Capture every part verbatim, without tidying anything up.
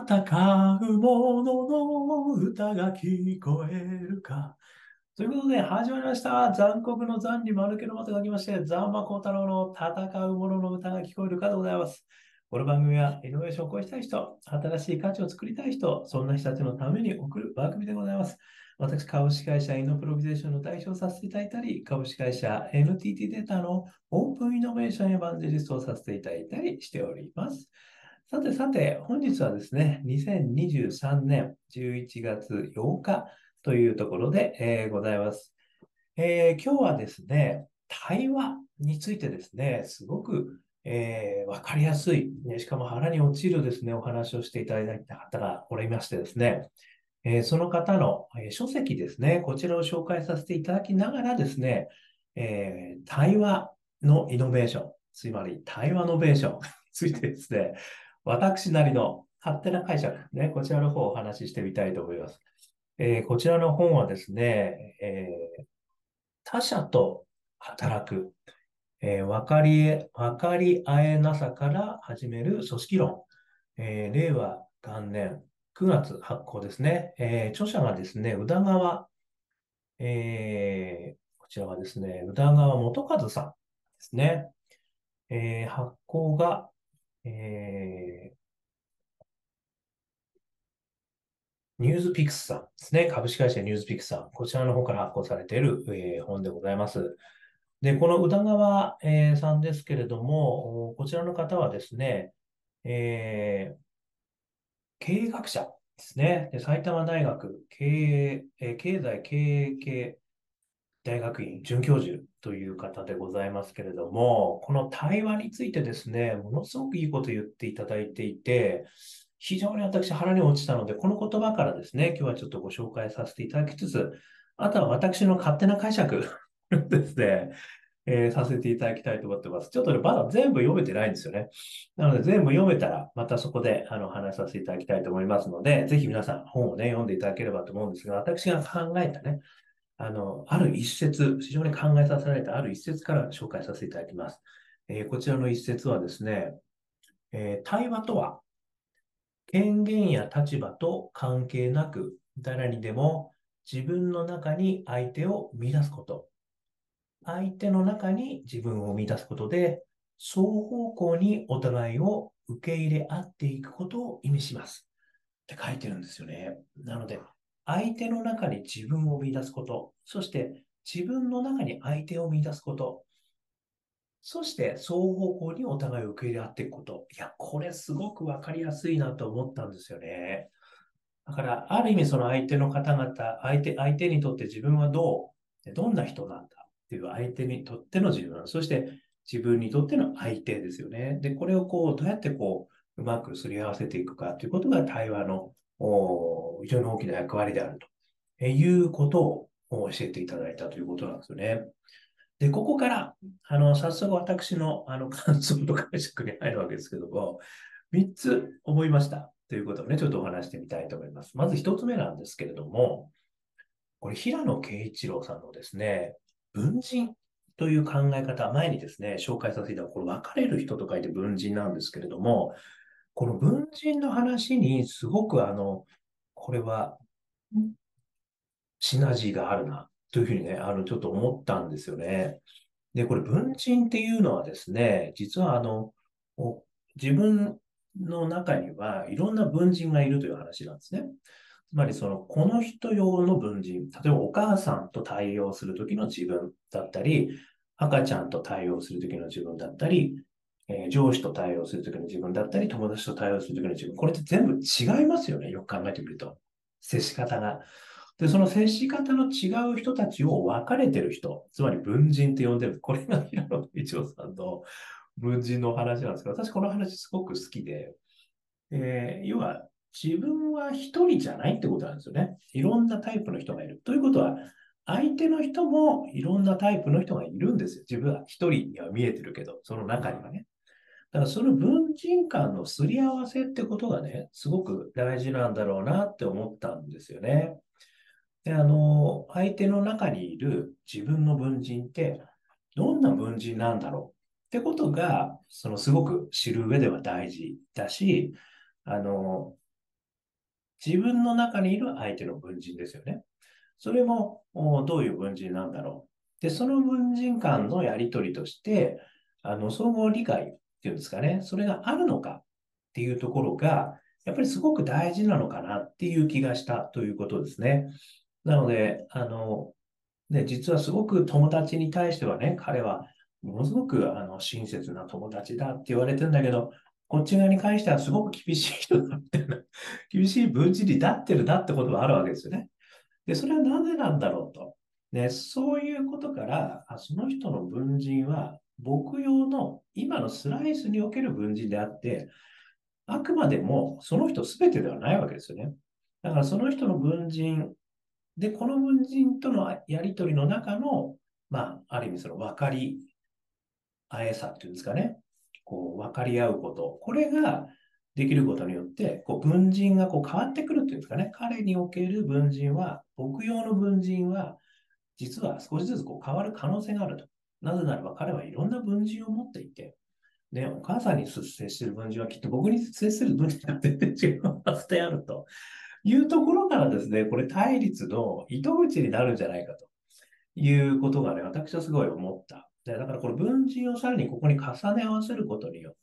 う者の歌が聞こえるか。ということで、始まりました。残酷の残に丸けのまと書きまして、ザンマコウタロウの戦う者の歌が聞こえるかでございます。この番組は、イノベーションを起こしたい人、新しい価値を作りたい人、そんな人たちのために送る番組でございます。私、株式会社イノプロビゼーションの代表をさせていただいたり、株式会社 エヌティーティー データのオープンイノベーションエヴァンジェリストをさせていただいたりしております。さてさて、本日はですね、にせんにじゅうさんねんじゅういちがつようかというところで、えーございます。えー今日はですね、対話についてですね、すごく、えーわかりやすい、ねしかも腹に落ちるですね、お話をしていただいた方がおられましてですね、えーその方の、えー書籍ですね、こちらを紹介させていただきながらですね、えー対話のイノベーション、つまり対話ノベーションについてですね、私なりの勝手な解釈、ね、こちらの方をお話ししてみたいと思います。えーこちらの本はですね、えー他者と働く、えー分かりえ、分かり合えなさから始める組織論、えー令和元年くがつ発行ですね。えー著者がですね、宇田川、えーこちらはですね、宇田川元和さんですね。えー発行が、えーニュースピックスさんですね。株式会社ニュースピックスさん。こちらの方から発行されている、えー本でございます。で、この宇田川、えーさんですけれども、おこちらの方はですね、えー経営学者ですね。で、埼玉大学経営、えー経済経営系大学院准教授という方でございますけれども、この対話についてですね、ものすごくいいことを言っていただいていて、非常に私腹に落ちたので、この言葉からですね、今日はちょっとご紹介させていただきつつ、あとは私の勝手な解釈ですね、えーさせていただきたいと思ってます。ちょっとね、まだ全部読めてないんですよね。なので、全部読めたら、またそこで、あの、話させていただきたいと思いますので、ぜひ皆さん、本をね、読んでいただければと思うんですが、私が考えたね、あの、ある一節、非常に考えさせられたある一節から紹介させていただきます。えーこちらの一節はですね、えー対話とは、権限や立場と関係なく、誰にでも自分の中に相手を見出すこと。相手の中に自分を見出すことで、双方向にお互いを受け入れ合っていくことを意味しますって書いてるんですよね。なので、相手の中に自分を見出すこと、そして自分の中に相手を見出すこと、そして双方向にお互いを受け入れ合っていくこと。いや、これすごくわかりやすいなと思ったんですよね。だから、ある意味その相手の方々、相手、相手にとって自分はどう、どんな人なんだっていう相手にとっての自分、そして自分にとっての相手ですよね。で、これをこう、どうやってこう、うまくすり合わせていくかということが対話のお非常に大きな役割であるということを教えていただいたということなんですよね。で、ここから、あの、早速私の、あの、感想と解釈に入るわけですけども、みっつ思いましたということをね、ちょっとお話してみたいと思います。まずひとつめなんですけれども、これ、平野啓一郎さんのですね、文人という考え方、前にですね、紹介させていただいた、これ、別れる人と書いて文人なんですけれども、この文人の話にすごくあの、これはシナジーがあるな、というふうにね、あの、ちょっと思ったんですよね。で、これ文鎮っていうのはですね、実はあの、お自分の中にはいろんな文人がいるという話なんですね。つまりその、この人用の文人、例えばお母さんと対応するときの自分だったり、赤ちゃんと対応するときの自分だったり、えー上司と対応するときの自分だったり、友達と対応するときの自分。これって全部違いますよね。よく考えてみると。接し方が。で、その接し方の違う人たちを分かれてる人、つまり文人って呼んでる。これが平野一郎さんの文人のお話なんですけど、私この話すごく好きで、えー要は自分は一人じゃないってことなんですよね。いろんなタイプの人がいる。ということは、相手の人もいろんなタイプの人がいるんですよ。自分は一人には見えてるけど、その中にはね。だからその文人間のすり合わせってことがね、すごく大事なんだろうなって思ったんですよね。で、あの、相手の中にいる自分の文人って、どんな文人なんだろうってことが、そのすごく知る上では大事だし、あの、 自分の中にいる相手の文人ですよね。それもどういう文人なんだろう。で、その文人間のやりとりとして、あの、相互理解っていうんですかね、それがあるのかっていうところが、やっぱりすごく大事なのかなっていう気がしたということですね。なので、あの、で、実はすごく友達に対してはね、彼はものすごくあの親切な友達だって言われてるんだけど、こっち側に関してはすごく厳しい人だみたいな、厳しい文人になってるなってことがあるわけですよね。で、それはなぜなんだろうと。ね、そういうことから、あ、その人の文人は、僕用の今のスライスにおける文人であって、あくまでもその人すべてではないわけですよね。だからその人の文人で、この文人とのやりとりの中の、まあ、ある意味その分かり合えさっていうんですかね。こう、分かり合うこと。これができることによって、こう、文人がこう変わってくるっていうんですかね。彼における文人は、僕用の文人は、実は少しずつこう変わる可能性があると。なぜならば彼はいろんな文人を持っていて、ね、お母さんに接している文人はきっと僕に接する文人が全然違うはずであるというところからですね、これ対立の糸口になるんじゃないかと。いうことがね、私はすごい思った。で、だからこれ文人をさらにここに重ね合わせることによって、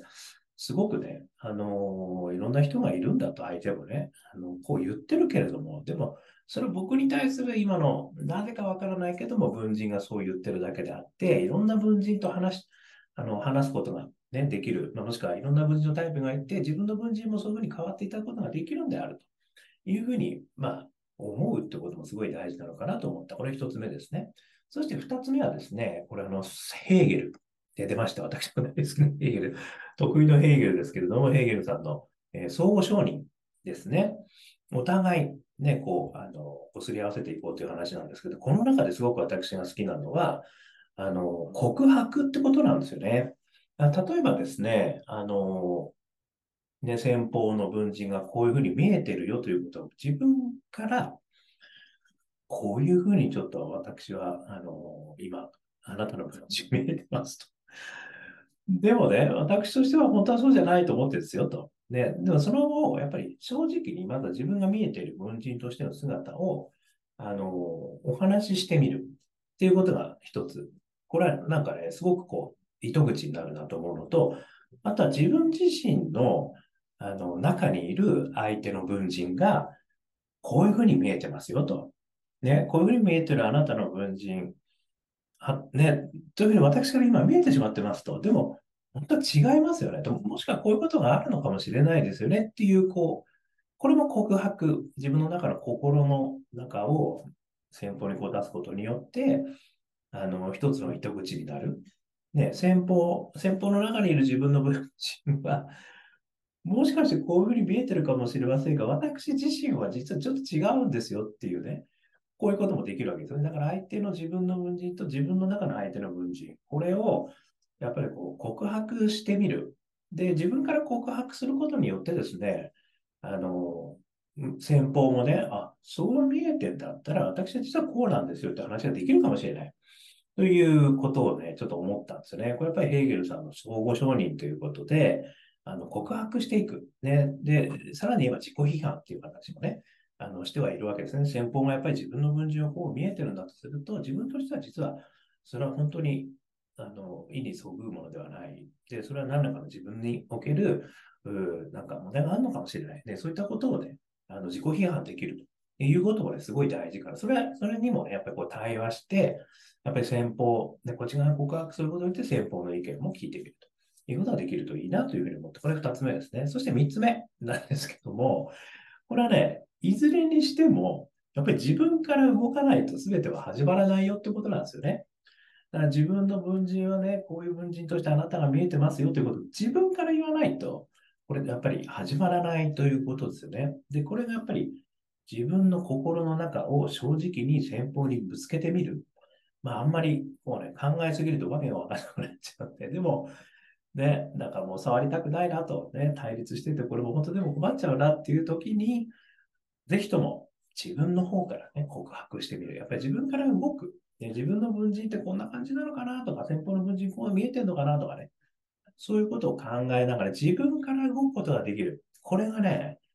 すごくね、あのーいろんな人がいるんだと相手もね、あの、こう言ってるけれども、でも、それは僕に対する今の、なぜかわからないけども、文人がそう言ってるだけであって、いろんな文人と話し、あの、話すことがね、できる。まあ、もしくはいろんな文人のタイプがいて、自分の文人もそういうふうに変わっていただくことができるんであると。いうふうに、まあ、思うってこともすごい大事なのかなと思った。これ一つ目ですね。そして二つ目はですね、これあの、ヘーゲルで出ました。私も大好きなヘーゲル。得意のヘーゲルですけれども、ヘーゲルさんの、えー相互承認ですね。お互い、ね、こう、あの、こすり合わせていこうという話なんですけど、この中ですごく私が好きなのは、あの、告白ってことなんですよね。あ例えばですね、あの、ね、先方の文人がこういうふうに見えてるよということを自分からこういうふうにちょっと私は、あの、今、あなたの文人見えてますと。でもね、私としては本当はそうじゃないと思ってるんですよと。ね、でもその後、やっぱり正直にまだ自分が見えている文人としての姿を、あの、お話ししてみるっていうことが一つ。これはなんかね、すごくこう、糸口になるなと思うのと、あとは自分自身の、あの、中にいる相手の文人が、こういうふうに見えてますよと。ね、こういうふうに見えてるあなたの文人、は、ね、というふうに私から今見えてしまってますと。でも、本当は違いますよねと。もしくはこういうことがあるのかもしれないですよねっていう、こう、これも告白、自分の中の心の中を先方にこう出すことによって、あの、一つの糸口になる。ね、先方、先方の中にいる自分の文人は、もしかしてこういうふうに見えてるかもしれませんが、私自身は実はちょっと違うんですよっていうね、こういうこともできるわけですよね。だから相手の自分の文人と自分の中の相手の文人、これをやっぱりこう告白してみる。で、自分から告白することによってですね、あの、先方もね、あ、そう見えてんだったら、私は実はこうなんですよって話ができるかもしれない。ということをね、ちょっと思ったんですよね。これやっぱりヘーゲルさんの相互承認ということで、あの、告白していく。ね。で、さらに言えば自己批判っていう形もね、あの、してはいるわけですね。先方がやっぱり自分の文人をこう見えてるんだとすると、自分としては実は、それは本当に、あの、意にそぐうものではない。で、それは何らかの自分における、うなんか問題があるのかもしれない。で、そういったことをね、あの、自己批判できるということがね、すごい大事から、それは、それにもね、やっぱりこう対話して、やっぱり先方、ね、こっち側が告白することによって先方の意見も聞いてみるということができるといいなというふうに思って、これ二つ目ですね。そして三つ目なんですけども、これはね、いずれにしても、やっぱり自分から動かないと全ては始まらないよってことなんですよね。だから自分の文人はね、こういう文人としてあなたが見えてますよということを自分から言わないと、これやっぱり始まらないということですよね。で、これがやっぱり自分の心の中を正直に先方にぶつけてみる。まあ、あんまりこうね、考えすぎるとわけがわからなくなっちゃって、でも、ね、なんかもう触りたくないなと、ね、対立してて、これも本当でも困っちゃうなっていう時に、ぜひとも自分の方からね、告白してみる。やっぱり自分から動く。ね、自分の文人ってこんな感じなのかなとか、先方の文人こう見えてるのかなとかね、そういうことを考えながら自分から動くことができる。これがね、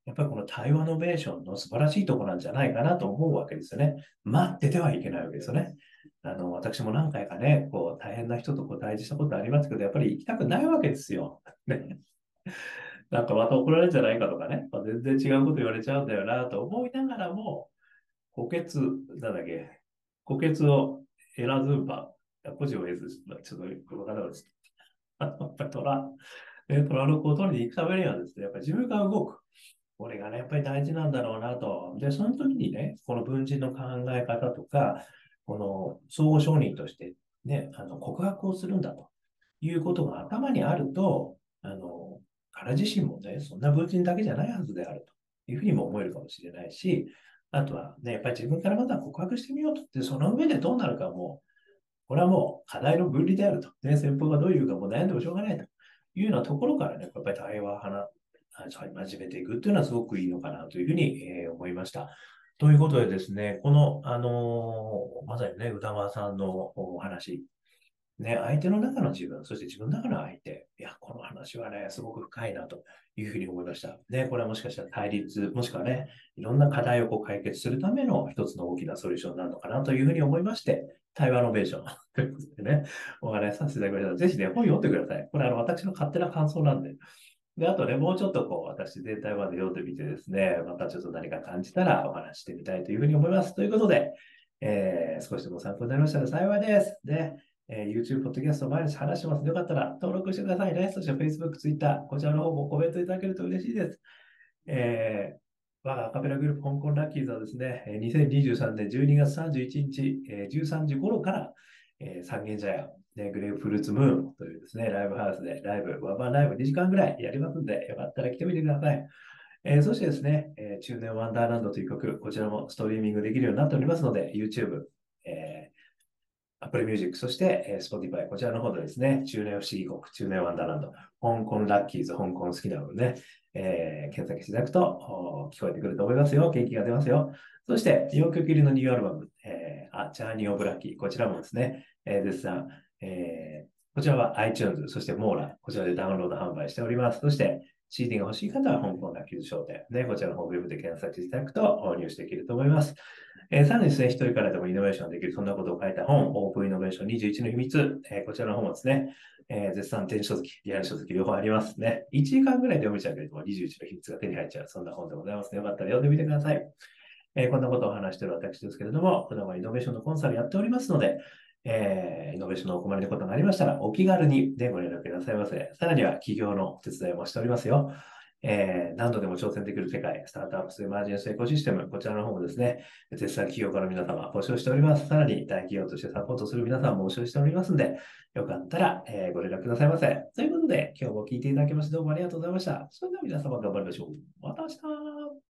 やっぱりこの対話ノベーションの素晴らしいところなんじゃないかなと思うわけですよね。待っててはいけないわけですよね。あの、私も何回かね、こう、大変な人とこう対峙したことありますけど、やっぱり行きたくないわけですよ。ね。なんかまた怒られるんじゃないかとかね、まあ、全然違うこと言われちゃうんだよなと思いながらも、虎穴、なんだっけ、虎穴を選ずば、古事を得ず、ちょっとよくわからないです。あの、やっぱり虎、ね、虎の子を取りに行くためにはですね、やっぱり自分が動く。これがね、やっぱり大事なんだろうなと。で、その時にね、この文人の考え方とか、この相互承認としてね、あの告白をするんだということが頭にあると、あの、彼自身もね、そんな文人だけじゃないはずであるというふうにも思えるかもしれないし、あとはね、やっぱり自分からまた告白してみようとって、その上でどうなるかもこれはもう課題の分離であると。ね、先方がどういうかもう悩んでもしょうがないというようなところからね、やっぱり対話を話始めていくっていうのはすごくいいのかなというふうに、えー思いました。ということでですね、この、あのーまさにね、宇田川さんのお話、ね、相手の中の自分、そして自分の中の相手。いや、この話はね、すごく深いなというふうに思いました。ね、これはもしかしたら対立、もしくはね、いろんな課題をこう解決するための一つの大きなソリューションなのかなというふうに思いまして、対話ノベーションということでね、お話しさせていただきました。ぜひね、本読んでください。これあの、私の勝手な感想なんで。で、あとね、もうちょっとこう、私全体まで読んでみてですね、またちょっと何か感じたらお話してみたいというふうに思います。ということで、えー、少しでも参考になりましたら幸いです。で、えー YouTube、Podcast を毎日話してますので、よかったら登録してくださいね。そして Facebook、Twitter、こちらの方もコメントいただけると嬉しいです。えー我がアカペラグループ香港ラッキーズはですね、えーにせんにじゅうさんねんじゅうにがつさんじゅういちにち、えーじゅうさんじ頃から、えー三軒茶屋、ね、グレープフルーツムーンというですね、ライブハウスでライブ、ワンマンライブにじかんぐらいやりますんで、よかったら来てみてください。えーそしてですね、えー中年ワンダーランドという曲、こちらもストリーミングできるようになっておりますので、YouTube、えー Apple Music、そして、えー Spotify、こちらの方でですね、中年不思議国、中年ワンダーランド、香港ラッキーズ、香港好きなのでね、えー検索していただくと聞こえてくると思いますよ。元気が出ますよ。そして、よんきょく入りのニューアルバム、えー、あ、ジャーニーオブラッキー、こちらもですね、えー絶賛、えーこちらは iTunes、そしてモーラ、こちらでダウンロード販売しております。そして、シーディー が欲しい方は香港ラッキーズ商店、ね、こちらの方ウェブで検索していただくと入手できると思います。えー、さらにですね、一人からでもイノベーションできる、そんなことを書いた本、オープンイノベーションにじゅういちの秘密、えー、こちらの本もですね、えー、絶賛電子書籍、リアル書籍両方ありますね。いちじかんぐらいで読めちゃうけれども、にじゅういちの秘密が手に入っちゃう、そんな本でございますね。よかったら読んでみてください。えーこんなことを話している私ですけれども、普段はイノベーションのコンサルやっておりますので、えー、イノベーションのお困りのことがありましたら、お気軽にでご連絡くださいませ。さらには企業のお手伝いもしておりますよ。えー、何度でも挑戦できる世界、スタートアップスエマージェンスエコシステム、こちらの方もですね、絶賛企業家の皆様募集しております。さらに大企業としてサポートする皆さんも募集しておりますので、よかったら、えーご連絡くださいませ。ということで、今日も聞いていただきましてどうもありがとうございました。それでは皆様頑張りましょう。また明日